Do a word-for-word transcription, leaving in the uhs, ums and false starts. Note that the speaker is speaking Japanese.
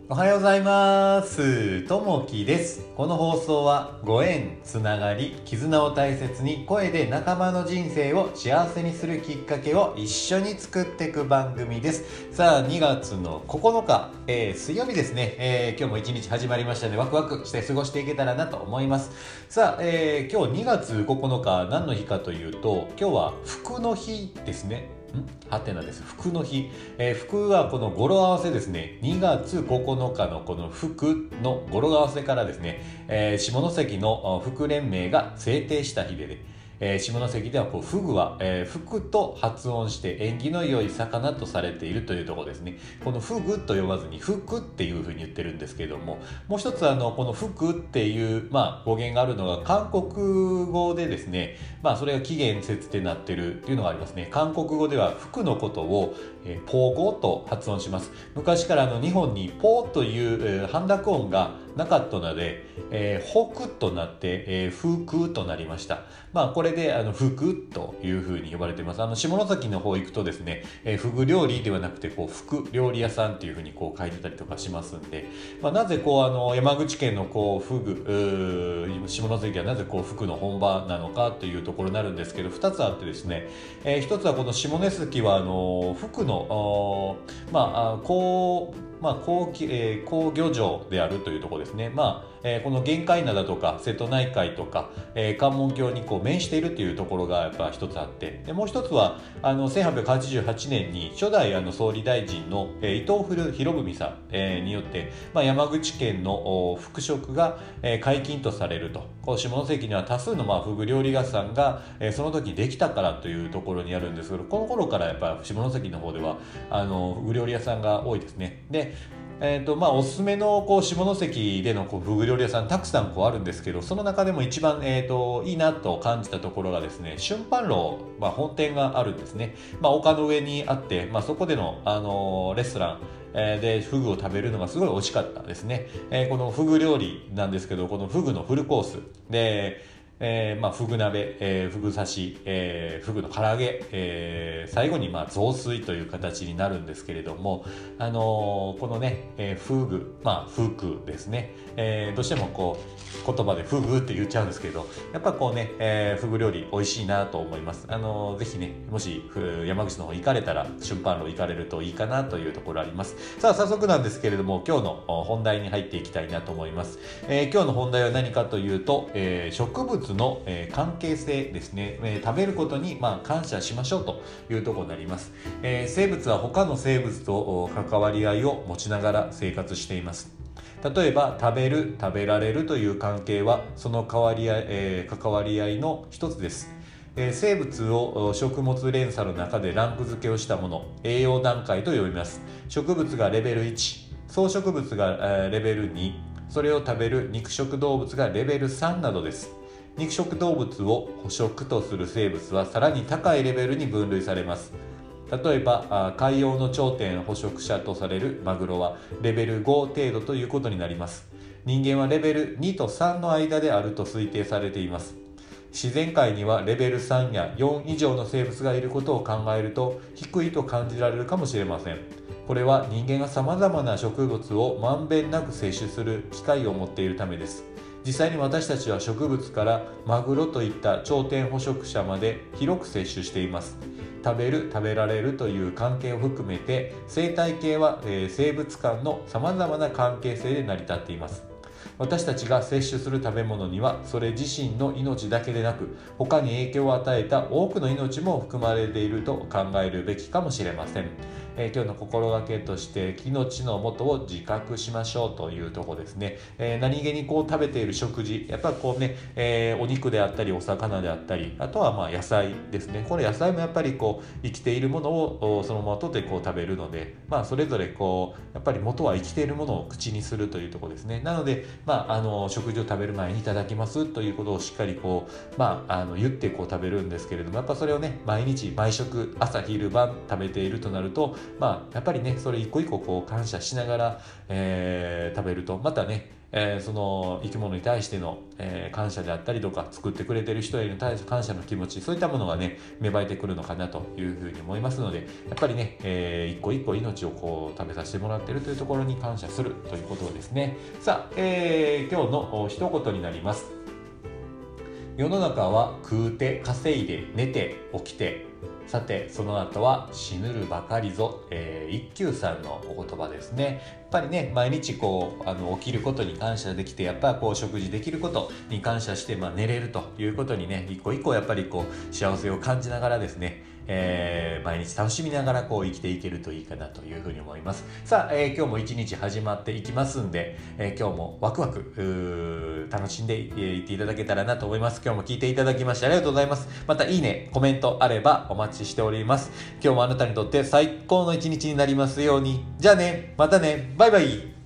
おはようございます。ともきです。この放送はご縁、つながり、絆を大切に声で仲間の人生を幸せにするきっかけを一緒に作っていく番組です。さあ、にがつのここのか、えー、水曜日ですね、えー、今日も一日始まりましたのでワクワクして過ごしていけたらなと思います。さあ、えー、今日にがつここのか何の日かというと、今日は服の日ですね。んはてなです。服の日、えー、服はこの語呂合わせですね。にがつここのかのこの服の語呂合わせからですね、えー、下関の服連盟が制定した日で、ね、えー、下関ではこうフグは、えー、服と発音して縁起の良い魚とされているというところですね。このフグと呼ばずに服っていうふうに言ってるんですけども、もう一つあのこの服っていう、まあ、語源があるのが韓国語でですね、まあ、それが起源説ってなってるっていうのがありますね。韓国語では服のことを、えー、ポーゴと発音します。昔からあの日本にポーという、えー、半濁音がなかったので、えー、北となって、えー、服となりました。まあこれであの服というふうに呼ばれています。あの下関の方行くとですね、えー、フグ料理ではなくてこう服料理屋さんっていうふうにこう書いてたりとかしますんで、まあ、なぜこうあの山口県のこうフグ下関はなぜこう服の本場なのかというところになるんですけど、ふたつあってですね、えー、ひとつはこの下関はあの服のまあこうまあ、高, えー、高漁場であるというところですね。まあ、えー、この玄界灘とか瀬戸内海とか、えー、関門橋にこう面しているというところがやっぱ一つあって、でもう一つはあのせんはっぴゃくはちじゅうはちねんに初代あの総理大臣の、えー、伊藤博文さん、えー、によって、まあ、山口県の服飾が、えー、解禁とされると。こう下関には多数のまあフグ料理屋さんが、えー、その時できたからというところにあるんですけど、この頃からやっぱ下関の方ではあのフグ料理屋さんが多いですね。でえーとまあ、おすすめのこう下関でのこうフグ料理屋さんたくさんこうあるんですけど、その中でも一番、えーといいなと感じたところがですね、春帆楼、まあ、本店があるんですね。まあ、丘の上にあって、まあ、そこでの、あのー、レストランえー、でフグを食べるのがすごい美味しかったですね。えー、このフグ料理なんですけど、このフグのフルコースでえーまあ、フグ鍋、えー、フグ刺し、えー、フグの唐揚げ、えー、最後にまあ雑炊という形になるんですけれども、あのー、このね、えー、フグ、まあ、フグですね、えー、どうしてもこう言葉でフグって言っちゃうんですけど、やっぱこうね、えー、フグ料理美味しいなと思います。あのー、ぜひね、もし山口の方行かれたら春帆楼行かれるといいかなというところあります。さあ早速なんですけれども、今日の本題に入っていきたいなと思います。えー、今日の本題は何かというと、えー、植物の、えー、関係性ですね、えー、食べることに、まあ、感謝しましょうというところになります。えー、生物は他の生物と関わり合いを持ちながら生活しています。例えば食べる食べられるという関係はその関わり合い、えー、関わり合いの一つです。えー、生物を食物連鎖の中でランク付けをしたもの、栄養段階と呼びます。植物がレベルいち、草食物が、えー、レベルに、それを食べる肉食動物がレベルさんなどです。肉食動物を捕食とする生物はさらに高いレベルに分類されます。例えば海洋の頂点捕食者とされるマグロはレベルご程度ということになります。人間はレベルにとさんの間であると推定されています。自然界にはレベルさんやよん以上の生物がいることを考えると低いと感じられるかもしれません。これは人間がさまざまな植物をまんべんなく摂取する機会を持っているためです。実際に私たちは植物からマグロといった頂点捕食者まで広く摂取しています。食べる食べられるという関係を含めて生態系は、えー、生物間のさまざまな関係性で成り立っています。私たちが摂取する食べ物にはそれ自身の命だけでなく他に影響を与えた多くの命も含まれていると考えるべきかもしれません。えー、今日の心がけとして命のもとを自覚しましょうというところですね。えー、何気にこう食べている食事、やっぱりこうね、えー、お肉であったりお魚であったり、あとはまあ野菜ですね。これ野菜もやっぱりこう生きているものをそのまま取ってこう食べるので、まあそれぞれこうやっぱり元は生きているものを口にするというところですね。なのでまああの食事を食べる前にいただきますということをしっかりこうまああの言ってこう食べるんですけれども、やっぱそれをね毎日毎食朝昼晩食べているとなると、まあやっぱりねそれ一個一個こう感謝しながら、えー、食べるとまたねえー、その生き物に対しての、えー、感謝であったりとか、作ってくれてる人への対して感謝の気持ち、そういったものがね芽生えてくるのかなというふうに思いますので、やっぱりね、えー、一個一個命をこう食べさせてもらっているというところに感謝するということですね。さあ、えー、今日の一言になります。世の中は食うて稼いで寝て起きて、さてその後は死ぬるばかりぞ、えー、一休さんのお言葉ですね。やっぱりね、毎日こうあの起きることに感謝できて、やっぱりこう食事できることに感謝して、まあ、寝れるということにね、一個一個やっぱりこう幸せを感じながらですね、えー、毎日楽しみながらこう生きていけるといいかなというふうに思います。さあ、えー、今日も一日始まっていきますんで、えー、今日もワクワク楽しんでいっていただけたらなと思います。今日も聞いていただきましてありがとうございます。またいいね、コメントあればお待ちしております。今日もあなたにとって最高の一日になりますように。じゃあね、またね、バイバイ。